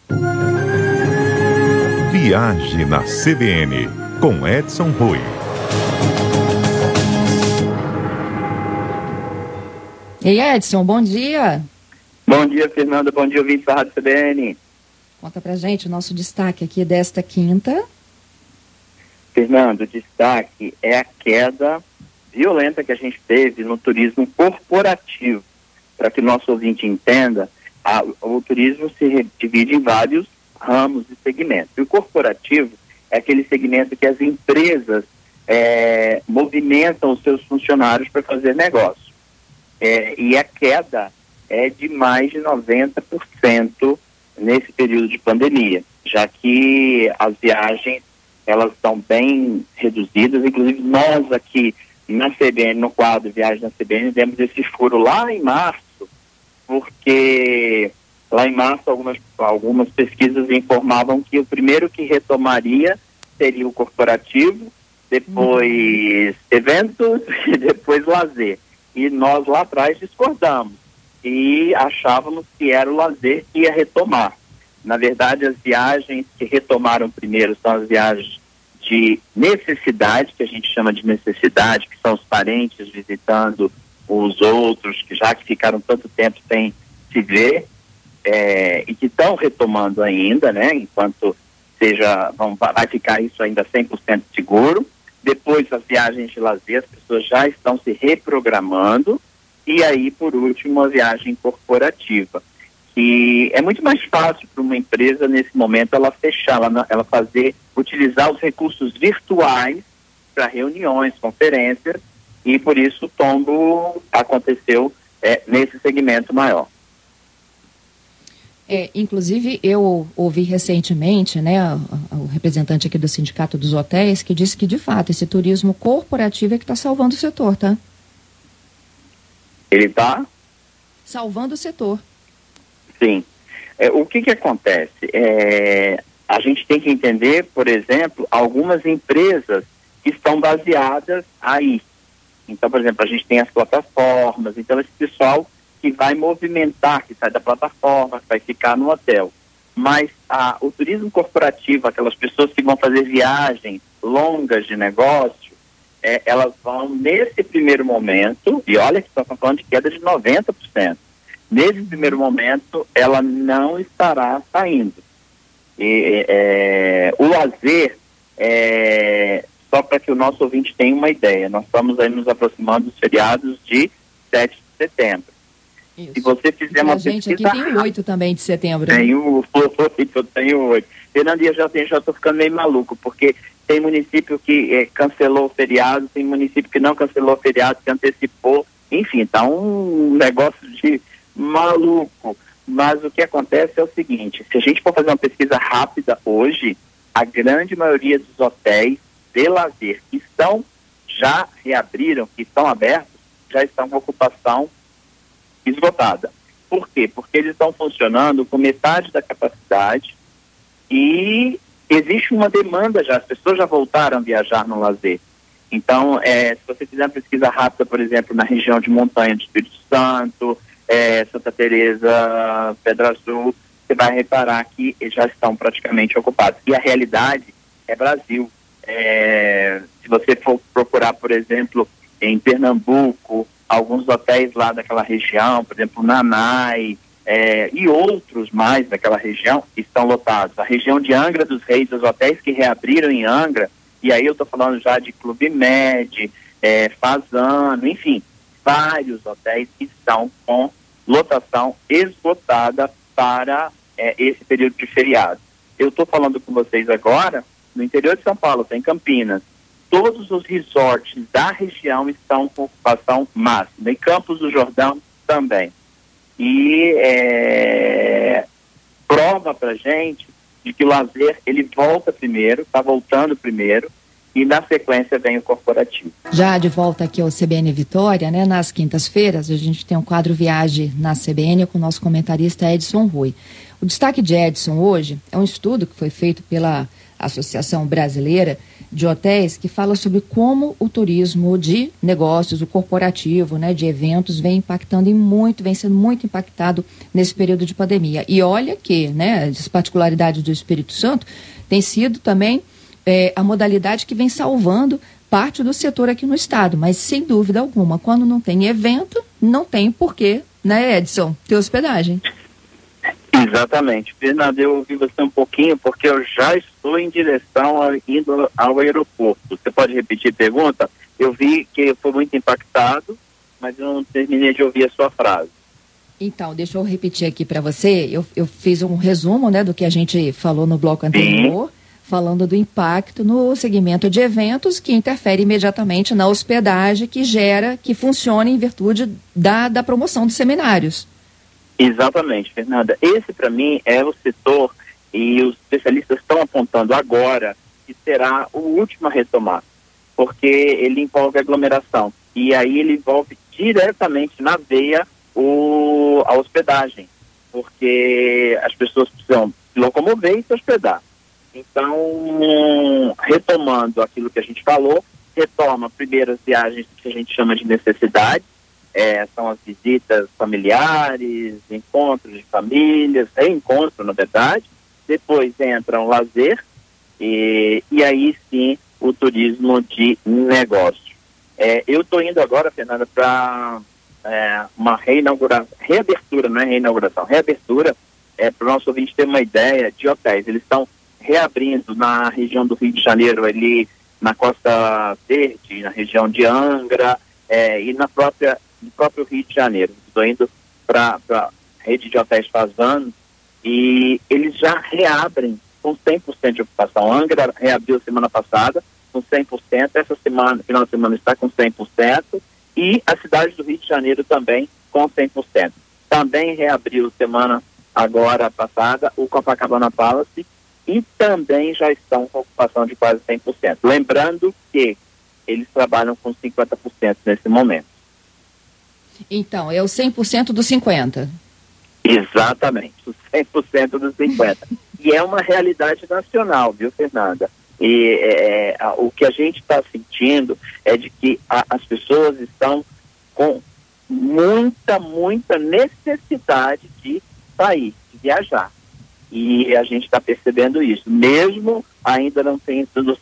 Viagem na CBN, com Edson Rui. Ei, Edson, bom dia. Bom dia, Fernanda. Bom dia, ouvintes da Rádio CBN. Conta pra gente o nosso destaque aqui desta quinta. Fernando, o destaque é a queda violenta que a gente teve no turismo corporativo. Para que o nosso ouvinte entenda, o turismo se divide em vários ramos e segmentos. E o corporativo é aquele segmento que as empresas movimentam os seus funcionários para fazer negócio. E a queda é de mais de 90% nesse período de pandemia, já que as viagens elas estão bem reduzidas. Inclusive nós aqui na CBN, no quadro Viagem na CBN, demos esse furo lá em março, porque lá em março algumas pesquisas informavam que o primeiro que retomaria seria o corporativo, depois eventos e depois lazer. E nós lá atrás discordamos e achávamos que era o lazer que ia retomar. Na verdade, as viagens que retomaram primeiro são as viagens de necessidade, que a gente chama de necessidade, que são os parentes visitando os outros, que já que ficaram tanto tempo sem se ver, e que estão retomando ainda, né? Enquanto vai ficar isso ainda 100% seguro. Depois, as viagens de lazer, as pessoas já estão se reprogramando. E aí, por último, a viagem corporativa. E é muito mais fácil para uma empresa, nesse momento, ela fechar, ela utilizar os recursos virtuais para reuniões, conferências, e por isso o tombo aconteceu nesse segmento maior. Inclusive, eu ouvi recentemente, né, o representante aqui do Sindicato dos Hotéis, que disse que, de fato, esse turismo corporativo é que está salvando o setor, tá? Ele está? Salvando o setor. Sim. O que acontece? A gente tem que entender, por exemplo, algumas empresas que estão baseadas aí. Então, por exemplo, a gente tem as plataformas, então esse pessoal que vai movimentar, que sai da plataforma, que vai ficar no hotel. Mas o turismo corporativo, aquelas pessoas que vão fazer viagens longas de negócio, elas vão, nesse primeiro momento, e olha que estamos falando de queda de 90%, nesse primeiro momento, ela não estará saindo. O lazer, só para que o nosso ouvinte tenha uma ideia, nós estamos aí nos aproximando dos feriados de 7 de setembro. Isso. Se você fizer uma pesquisa... gente aqui tem o 8 também de setembro. Eu tenho 8. Fernando, eu já estou ficando meio maluco, porque tem município que cancelou o feriado, tem município que não cancelou o feriado, que antecipou. Enfim, tá um negócio de maluco. Mas o que acontece é o seguinte, se a gente for fazer uma pesquisa rápida hoje, a grande maioria dos hotéis de lazer que já reabriram, que estão abertos, já estão com ocupação esgotada. Por quê? Porque eles estão funcionando com metade da capacidade e existe uma demanda já, as pessoas já voltaram a viajar no lazer. Então, se você fizer uma pesquisa rápida, por exemplo, na região de montanha do Espírito Santo, Santa Teresa, Pedra Azul, você vai reparar que já estão praticamente ocupados. E a realidade é Brasil. Se você for procurar, por exemplo, em Pernambuco, alguns hotéis lá daquela região, por exemplo, Nanai, e outros mais daquela região, estão lotados. A região de Angra dos Reis, os hotéis que reabriram em Angra, e aí eu estou falando já de Clube Med, Fazano, enfim, vários hotéis que estão com lotação esgotada para esse período de feriado. Eu estou falando com vocês agora, no interior de São Paulo, tem Campinas. Todos os resorts da região estão com ocupação máxima. E Campos do Jordão também. E prova pra gente de que o lazer, ele volta primeiro, está voltando primeiro, e na sequência vem o corporativo. Já de volta aqui ao CBN Vitória, né? Nas quintas-feiras, a gente tem um quadro Viagem na CBN com o nosso comentarista Edson Rui. O destaque de Edson hoje é um estudo que foi feito pela Associação Brasileira de hotéis que fala sobre como o turismo de negócios, o corporativo, né, de eventos, vem sendo muito impactado nesse período de pandemia. E olha que, né, as particularidades do Espírito Santo tem sido também a modalidade que vem salvando parte do setor aqui no estado, mas sem dúvida alguma, quando não tem evento, não tem porquê, né, Edson, ter hospedagem. Exatamente. Fernanda, eu ouvi você um pouquinho porque eu já estou em direção indo ao aeroporto. Você pode repetir a pergunta? Eu vi que foi muito impactado, mas eu não terminei de ouvir a sua frase. Então, deixa eu repetir aqui para você. Eu fiz um resumo, né, do que a gente falou no bloco anterior, falando do impacto no segmento de eventos que interfere imediatamente na hospedagem que funciona em virtude da promoção dos seminários. Exatamente, Fernanda. Esse, para mim, é o setor, e os especialistas estão apontando agora, que será o último a retomar, porque ele envolve aglomeração. E aí ele envolve diretamente na veia a hospedagem, porque as pessoas precisam se locomover e se hospedar. Então, retomando aquilo que a gente falou, retoma primeiro as viagens que a gente chama de necessidade, são as visitas familiares, encontros de famílias, reencontro, na verdade. Depois entra o lazer e aí sim o turismo de negócio. Eu estou indo agora, Fernanda, para uma reabertura, não é reinauguração, reabertura, para o nosso ouvinte ter uma ideia de hotéis. Eles estão reabrindo na região do Rio de Janeiro, ali na Costa Verde, na região de Angra, e no próprio Rio de Janeiro. Estou indo para a rede de hotéis Fazano e eles já reabrem com 100% de ocupação. Angra reabriu semana passada com 100%, essa semana, final de semana, está com 100%, e a cidade do Rio de Janeiro também com 100%. Também reabriu semana agora passada o Copacabana Palace e também já estão com ocupação de quase 100%. Lembrando que eles trabalham com 50% nesse momento. Então, é o 100% dos 50%. Exatamente, o 100% dos 50%. E é uma realidade nacional, viu, Fernanda? E o que a gente está sentindo é de que as pessoas estão com muita necessidade de sair, de viajar. E a gente está percebendo isso. Mesmo ainda não sendo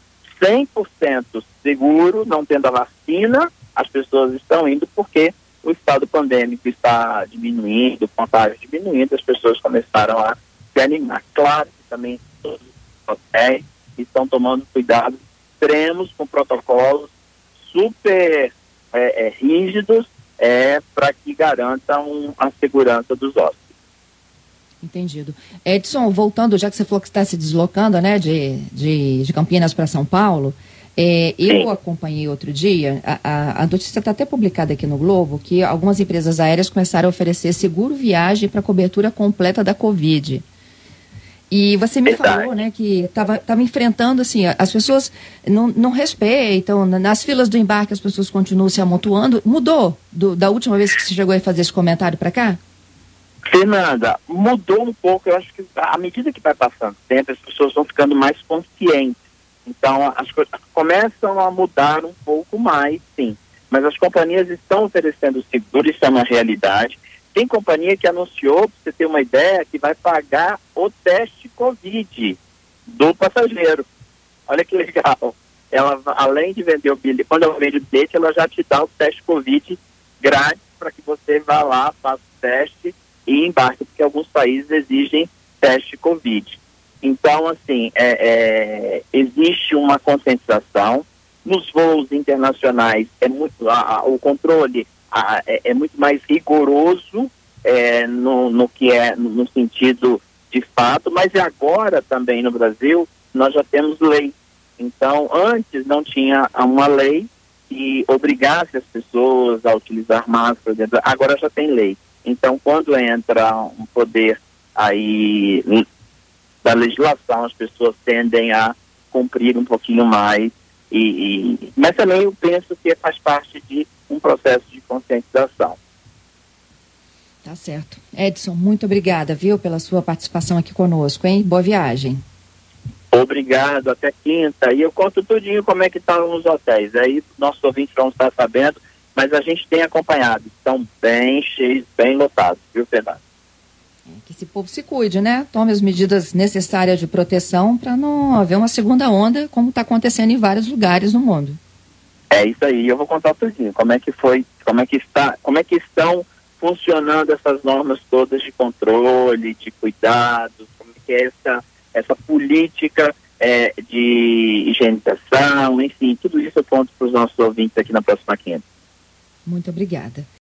100% seguro, não tendo a vacina, as pessoas estão indo porque o estado pandêmico está diminuindo, o contágio diminuindo, as pessoas começaram a se animar. Claro que também todos os hotéis estão tomando cuidados extremos com protocolos super rígidos para que garantam a segurança dos hóspedes. Entendido. Edson, voltando, já que você falou que está se deslocando, né, de Campinas para São Paulo, eu acompanhei outro dia, a notícia está até publicada aqui no Globo, que algumas empresas aéreas começaram a oferecer seguro viagem para cobertura completa da Covid. E você me falou, né, que estava enfrentando, assim, as pessoas não respeitam, nas filas do embarque as pessoas continuam se amontoando. Mudou da última vez que você chegou a fazer esse comentário para cá? Fernanda, mudou um pouco. Eu acho que à medida que vai passando o tempo, as pessoas vão ficando mais conscientes. Então, as coisas começam a mudar um pouco mais, sim. Mas as companhias estão oferecendo seguro, isso é uma realidade. Tem companhia que anunciou, para você ter uma ideia, que vai pagar o teste Covid do passageiro. Olha que legal. Ela, além de vender o bilhete, quando ela vende o bilhete, ela já te dá o teste Covid grátis para que você vá lá, faça o teste e embarque, porque alguns países exigem teste Covid. Então, assim, existe uma conscientização. Nos voos internacionais, o controle é muito mais rigoroso no sentido de fato, mas agora também no Brasil nós já temos lei. Então, antes não tinha uma lei que obrigasse as pessoas a utilizar máscara, agora já tem lei. Então, quando entra um poder aí da legislação, as pessoas tendem a cumprir um pouquinho mais, mas também eu penso que faz parte de um processo de conscientização. Tá certo. Edson, muito obrigada, viu, pela sua participação aqui conosco, hein? Boa viagem. Obrigado, até quinta. E eu conto tudinho como é que estão os hotéis. Aí nossos ouvintes vão estar sabendo, mas a gente tem acompanhado. Estão bem cheios, bem lotados, viu, Fernando? Que esse povo se cuide, né? Tome as medidas necessárias de proteção para não haver uma segunda onda, como está acontecendo em vários lugares no mundo. É isso aí, eu vou contar tudinho, como é que estão funcionando essas normas todas de controle, de cuidados, como é que é essa política de higienização, enfim, tudo isso eu conto para os nossos ouvintes aqui na próxima quinta. Muito obrigada.